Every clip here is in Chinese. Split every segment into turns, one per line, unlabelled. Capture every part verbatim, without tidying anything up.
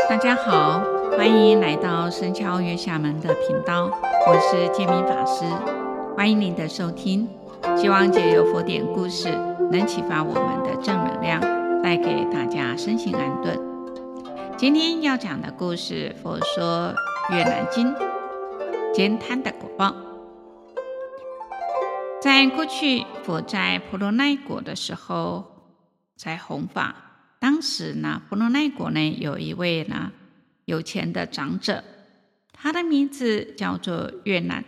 大家好，欢迎来到生肖月下门的频道，我是建明法师，欢迎您的收听。希望借由佛典故事，能启发我们的正能量，带给大家身心安顿。今天要讲的故事，佛说越南经兼贪的果报。在过去，佛在婆罗奈国的时候，在弘法。当时呢，婆罗奈国呢有一位呢有钱的长者，他的名字叫做越南。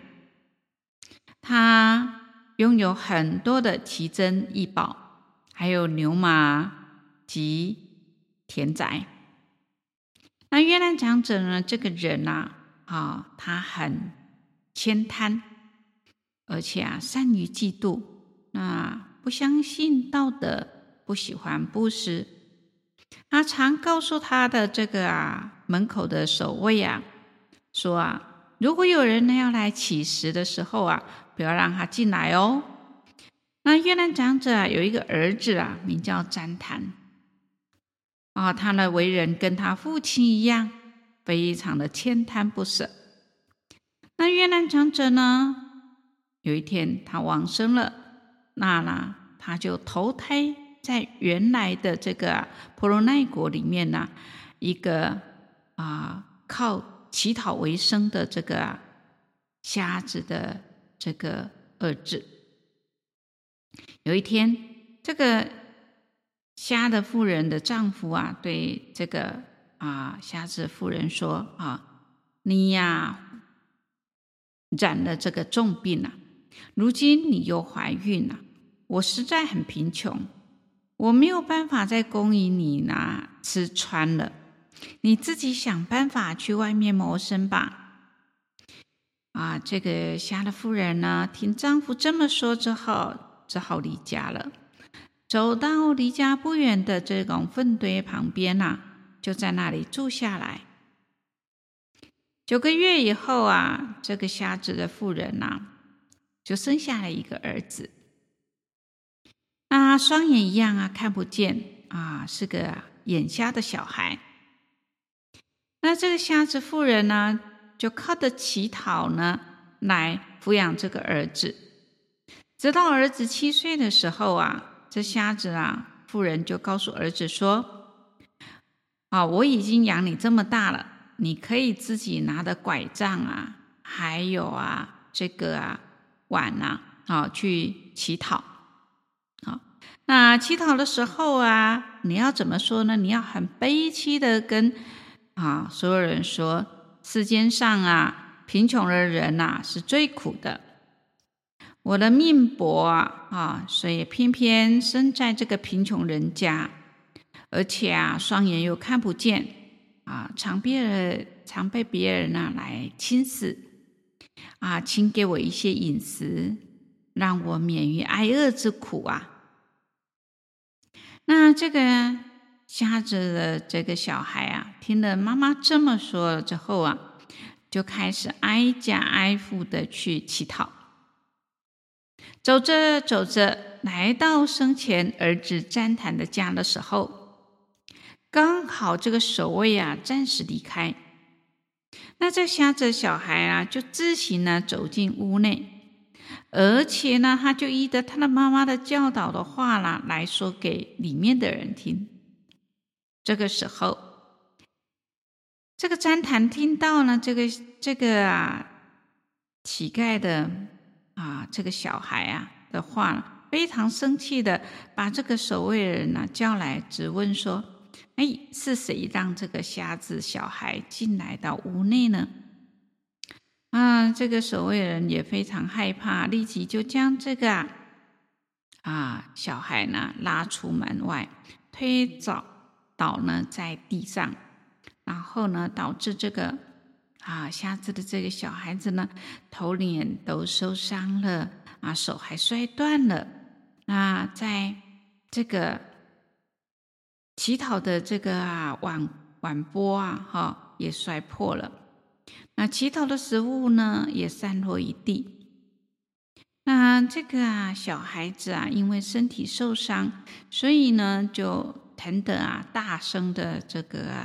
他拥有很多的奇珍异宝，还有牛马及田宅。那越南长者呢，这个人啊，啊他很悭贪，而且啊善于嫉妒，那不相信道德，不喜欢布施。他常告诉他的这个啊门口的守卫啊，说啊，如果有人呢要来乞食的时候啊，不要让他进来哦。那越南长者啊有一个儿子啊，名叫旃檀啊，他呢为人跟他父亲一样，非常的悭贪不舍。那越南长者呢，有一天他往生了，那呢他就投胎在原来的这个婆罗奈国里面呢、啊，一个啊靠乞讨为生的这个、啊、瞎子的这个儿子。有一天，这个瞎的妇人的丈夫啊，对这个啊瞎子妇人说啊，你呀染了这个重病啊，如今你又怀孕了、啊，我实在很贫穷。我没有办法再供应你拿吃穿了，你自己想办法去外面谋生吧。啊，这个瞎的妇人呢，听丈夫这么说之后，只好离家了。走到离家不远的这种粪堆旁边啊，就在那里住下来。九个月以后啊，这个瞎子的妇人啊，就生下了一个儿子。那双眼一样啊，看不见啊，是个眼瞎的小孩。那这个瞎子妇人呢，就靠着乞讨呢，来抚养这个儿子。直到儿子七岁的时候啊，这瞎子啊，妇人就告诉儿子说：“啊，我已经养你这么大了，你可以自己拿着拐杖啊，还有啊这个啊碗啊，啊去乞讨。”好，那乞讨的时候啊，你要怎么说呢？你要很悲戚的跟啊所有人说，世间上啊，贫穷的人啊是最苦的。我的命薄啊，啊，所以偏偏生在这个贫穷人家，而且啊，双眼又看不见啊，常被人常被别人啊来轻视啊，请给我一些饮食，让我免于挨饿之苦啊。那这个瞎子的这个小孩啊，听了妈妈这么说了之后啊，就开始挨家挨户的去乞讨。走着走着，来到生前儿子旃檀的家的时候，刚好这个守卫啊暂时离开，那这瞎子小孩啊就自行呢走进屋内，而且呢他就依着他的妈妈的教导的话啦来说给里面的人听。这个时候，这个旃檀听到呢这个这个啊乞丐的啊这个小孩啊的话，非常生气的把这个守卫人呢叫来，质问说：“哎，是谁让这个瞎子小孩进来到屋内呢？”啊，这个守卫人也非常害怕，立即就将这个啊啊小孩呢拉出门外，推倒倒呢在地上，然后呢导致这个啊瞎子的这个小孩子呢头脸都受伤了啊，手还摔断了。那在这个乞讨的这个啊碗碗钵啊哈、哦、也摔破了。那乞讨的食物呢也散落一地。那这个啊小孩子啊因为身体受伤，所以呢就疼得啊大声的这个啊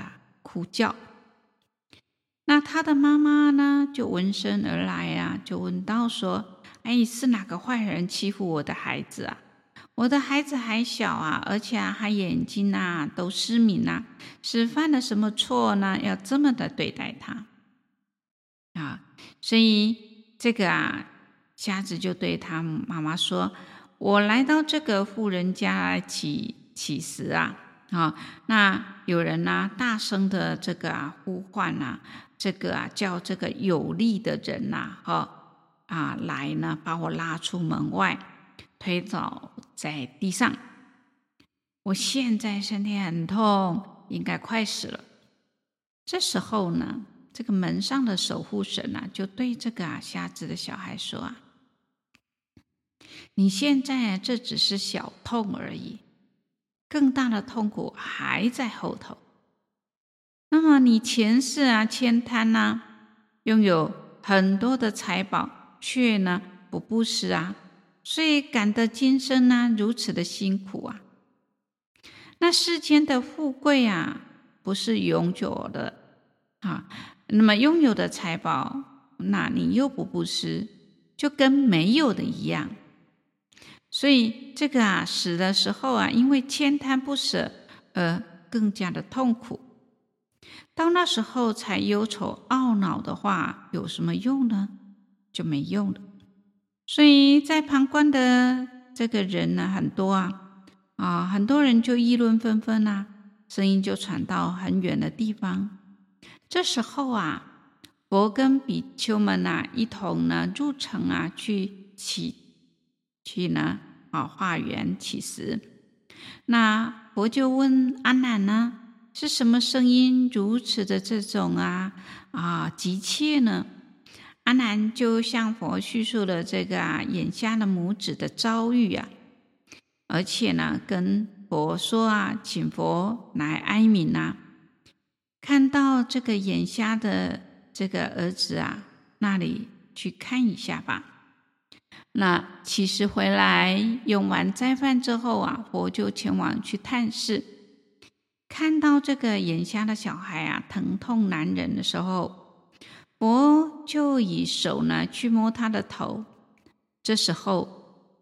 哭叫。那他的妈妈呢，就闻声而来啊，就问到说：哎，是哪个坏人欺负我的孩子啊？我的孩子还小啊，而且啊，他眼睛啊都失明啊，是犯了什么错呢？要这么的对待他啊？所以这个啊，瞎子就对他妈妈说：我来到这个妇人家乞乞食啊，啊，那有人啊大声的这个啊呼唤啊，这个啊叫这个有力的人呐、啊，哦啊来呢，把我拉出门外，推倒在地上。我现在身体很痛，应该快死了。这时候呢，这个门上的守护神啊，就对这个啊瞎子的小孩说啊：你现在啊这只是小痛而已，更大的痛苦还在后头。那么你前世啊悭贪啊，拥有很多的财宝，却呢不布施啊，所以感得今生呢如此的辛苦啊。那世间的富贵啊，不是永久的啊。那么拥有的财宝，那你又不布施，就跟没有的一样。所以这个啊，死的时候啊，因为悭贪不舍而更加的痛苦。到那时候才忧愁懊恼的话，有什么用呢？就没用了。所以在旁观的这个人呢，很多啊。啊，很多人就议论纷纷啊，声音就传到很远的地方。这时候啊，佛跟比丘们啊，一同呢入城啊，去乞去呢啊化缘乞食。那佛就问阿难呢，是什么声音如此的这种啊啊急切呢？阿难就向佛叙述了这个啊眼瞎的母子的遭遇啊。而且呢，跟佛说啊，请佛来哀悯啊。看到这个眼瞎的这个儿子啊，那里去看一下吧。那乞食回来，用完斋饭之后啊，佛就前往去探视。看到这个眼瞎的小孩啊，疼痛难忍的时候，佛就以手呢去摸他的头。这时候，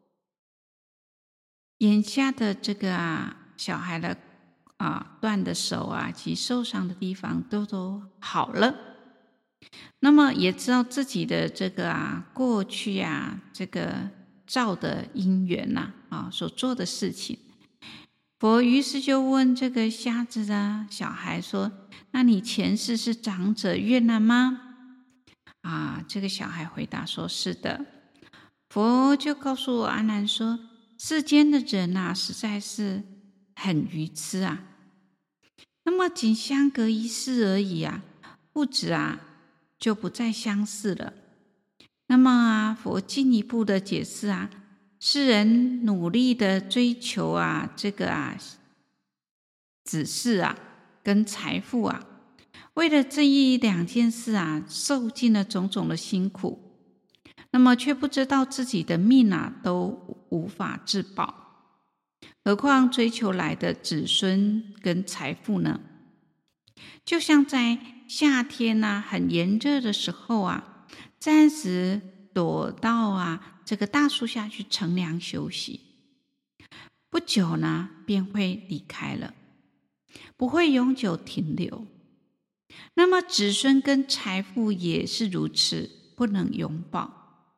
眼下的这个啊小孩的啊断的手啊及受伤的地方都都好了，那么也知道自己的这个啊过去啊这个造的因缘呐 啊, 啊所做的事情。佛于是就问这个瞎子的小孩说：那你前世是长者越南吗？啊，这个小孩回答说：是的。佛就告诉阿难说：世间的人啊，实在是很愚痴啊。那么仅相隔一世而已啊，父子啊就不再相似了。那么啊，佛进一步的解释啊，世人努力的追求啊，这个啊子嗣啊跟财富啊，为了这一两件事啊，受尽了种种的辛苦。那么却不知道自己的命啊都无法自保，何况追求来的子孙跟财富呢？就像在夏天啊很炎热的时候啊，暂时躲到啊这个大树下去乘凉休息，不久呢便会离开了，不会永久停留。那么子孙跟财富也是如此，不能永保。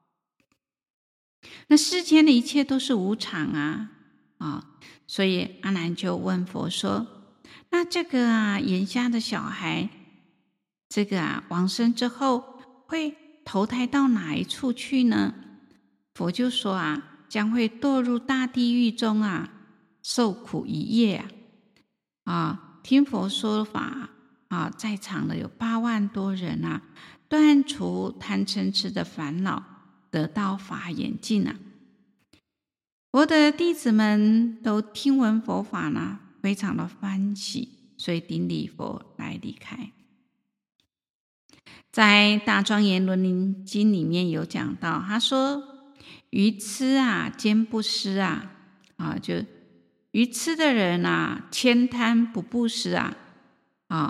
那世间的一切都是无常啊，啊，所以阿难就问佛说：那这个啊眼瞎的小孩，这个啊往生之后会投胎到哪一处去呢？佛就说啊，将会堕入大地狱中啊，受苦一夜啊。啊，听佛说法啊，在场的有八万多人啊，断除贪嗔痴的烦恼，得到法眼净啊。佛的弟子们都听闻佛法呢，非常的欢喜，所以顶礼佛来离开。在大庄严轮林经里面有讲到，他说愚痴啊兼不施啊，啊就愚痴的人啊，悭贪不布施啊，啊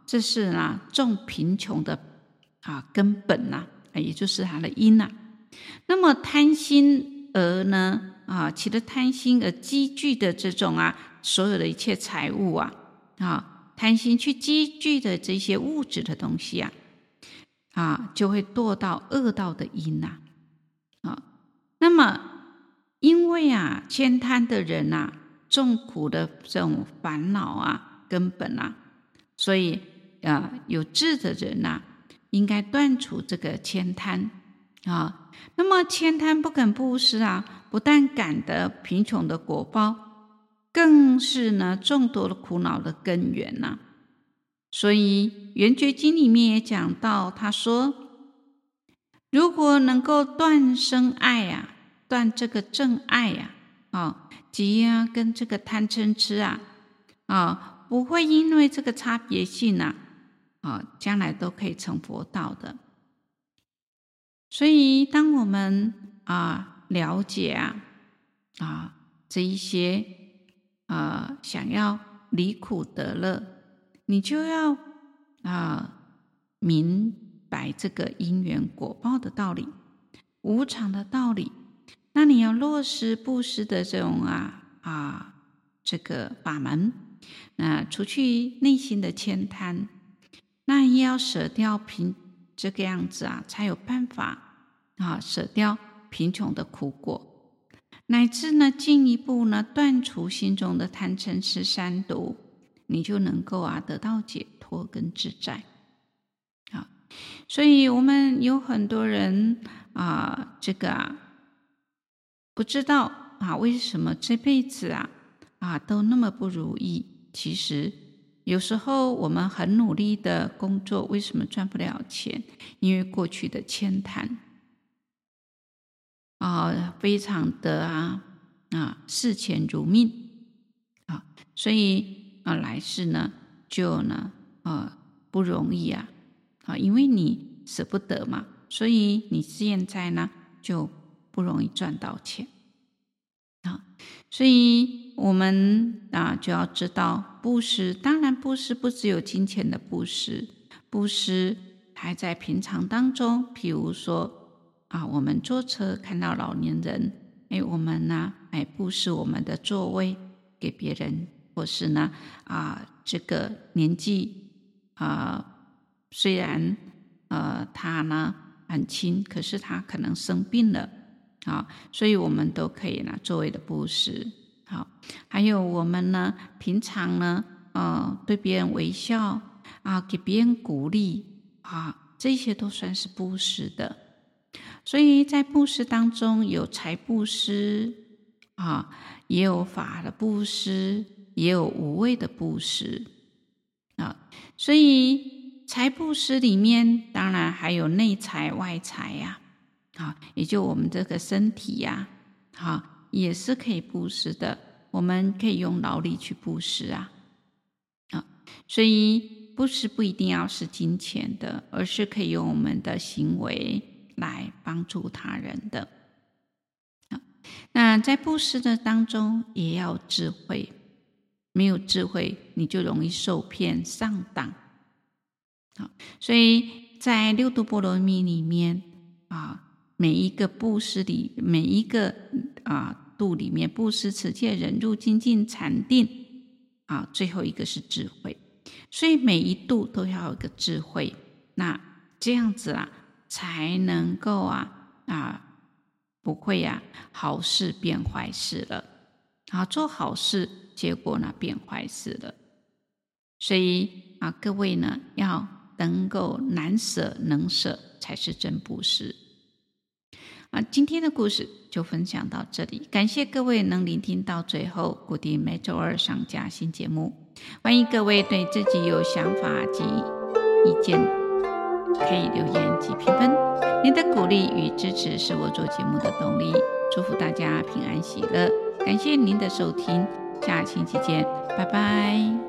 这是啊重贫穷的啊根本呐、啊，也就是它的因呐、啊。那么贪心而呢啊，起了贪心而积聚的这种啊，所有的一切财物啊啊，贪心去积聚的这些物质的东西啊啊，就会堕到恶道的因呐 啊, 啊。那么因为啊悭贪的人啊，重苦的这种烦恼啊根本啊，所以啊有智的人啊，应该断除这个悭贪啊。那么悭贪不肯布施啊，不但感得贫穷的果报，更是呢众多的苦恼的根源呐、啊。所以《圆觉经》里面也讲到，他说，如果能够断生爱啊，断这个正爱呀、啊，啊，即啊跟这个贪嗔痴啊，啊，不会因为这个差别性啊，啊，将来都可以成佛道的。所以，当我们啊了解啊啊这一些啊想要离苦得乐，你就要啊明白这个因缘果报的道理、无常的道理。那你要落实布施的这种啊啊这个法门，那除去内心的悭贪，那也要舍掉贫这个样子啊，才有办法啊舍掉贫穷的苦果，乃至呢进一步呢断除心中的贪嗔痴三毒，你就能够啊得到解脱跟自在。啊，所以我们有很多人啊，这个啊不知道啊为什么这辈子啊啊都那么不如意。其实有时候我们很努力的工作，为什么赚不了钱？因为过去的悭贪啊，非常的啊啊视钱如命啊，所以啊来世呢就呢啊不容易啊啊，因为你舍不得嘛，所以你现在呢就不容易赚到钱啊。所以我们啊就要知道布施，当然布施不只有金钱的布施，布施还在平常当中。譬如说啊，我们坐车看到老年人，哎，我们呢哎布施我们的座位给别人，或是呢啊这个年纪啊虽然呃他呢很轻，可是他可能生病了啊，所以我们都可以呢作为的布施。好，还有我们呢平常呢呃对别人微笑啊，给别人鼓励啊，这些都算是布施的。所以在布施当中有财布施啊，也有法的布施，也有无畏的布施啊。所以财布施里面当然还有内财外财呀、啊，啊，也就我们这个身体呀、啊，啊，也是可以布施的。我们可以用劳力去布施啊，啊，所以布施不一定要是金钱的，而是可以用我们的行为来帮助他人的。那在布施的当中也要智慧，没有智慧你就容易受骗上当。所以在六度波罗蜜里面啊，每一个布施里，每一个啊度里面，布施、持戒、忍辱、精进、禅定啊，最后一个是智慧。所以每一度都要有一个智慧，那这样子啊才能够啊啊不会啊好事变坏事了啊，做好事结果呢变坏事了。所以啊各位呢要能够难舍能舍，才是真布施啊。今天的故事就分享到这里，感谢各位能聆听到最后，固定每周二上架新节目。欢迎各位对自己有想法及意见可以留言及评分，您的鼓励与支持是我做节目的动力。祝福大家平安喜乐，感谢您的收听，下星期见，拜拜。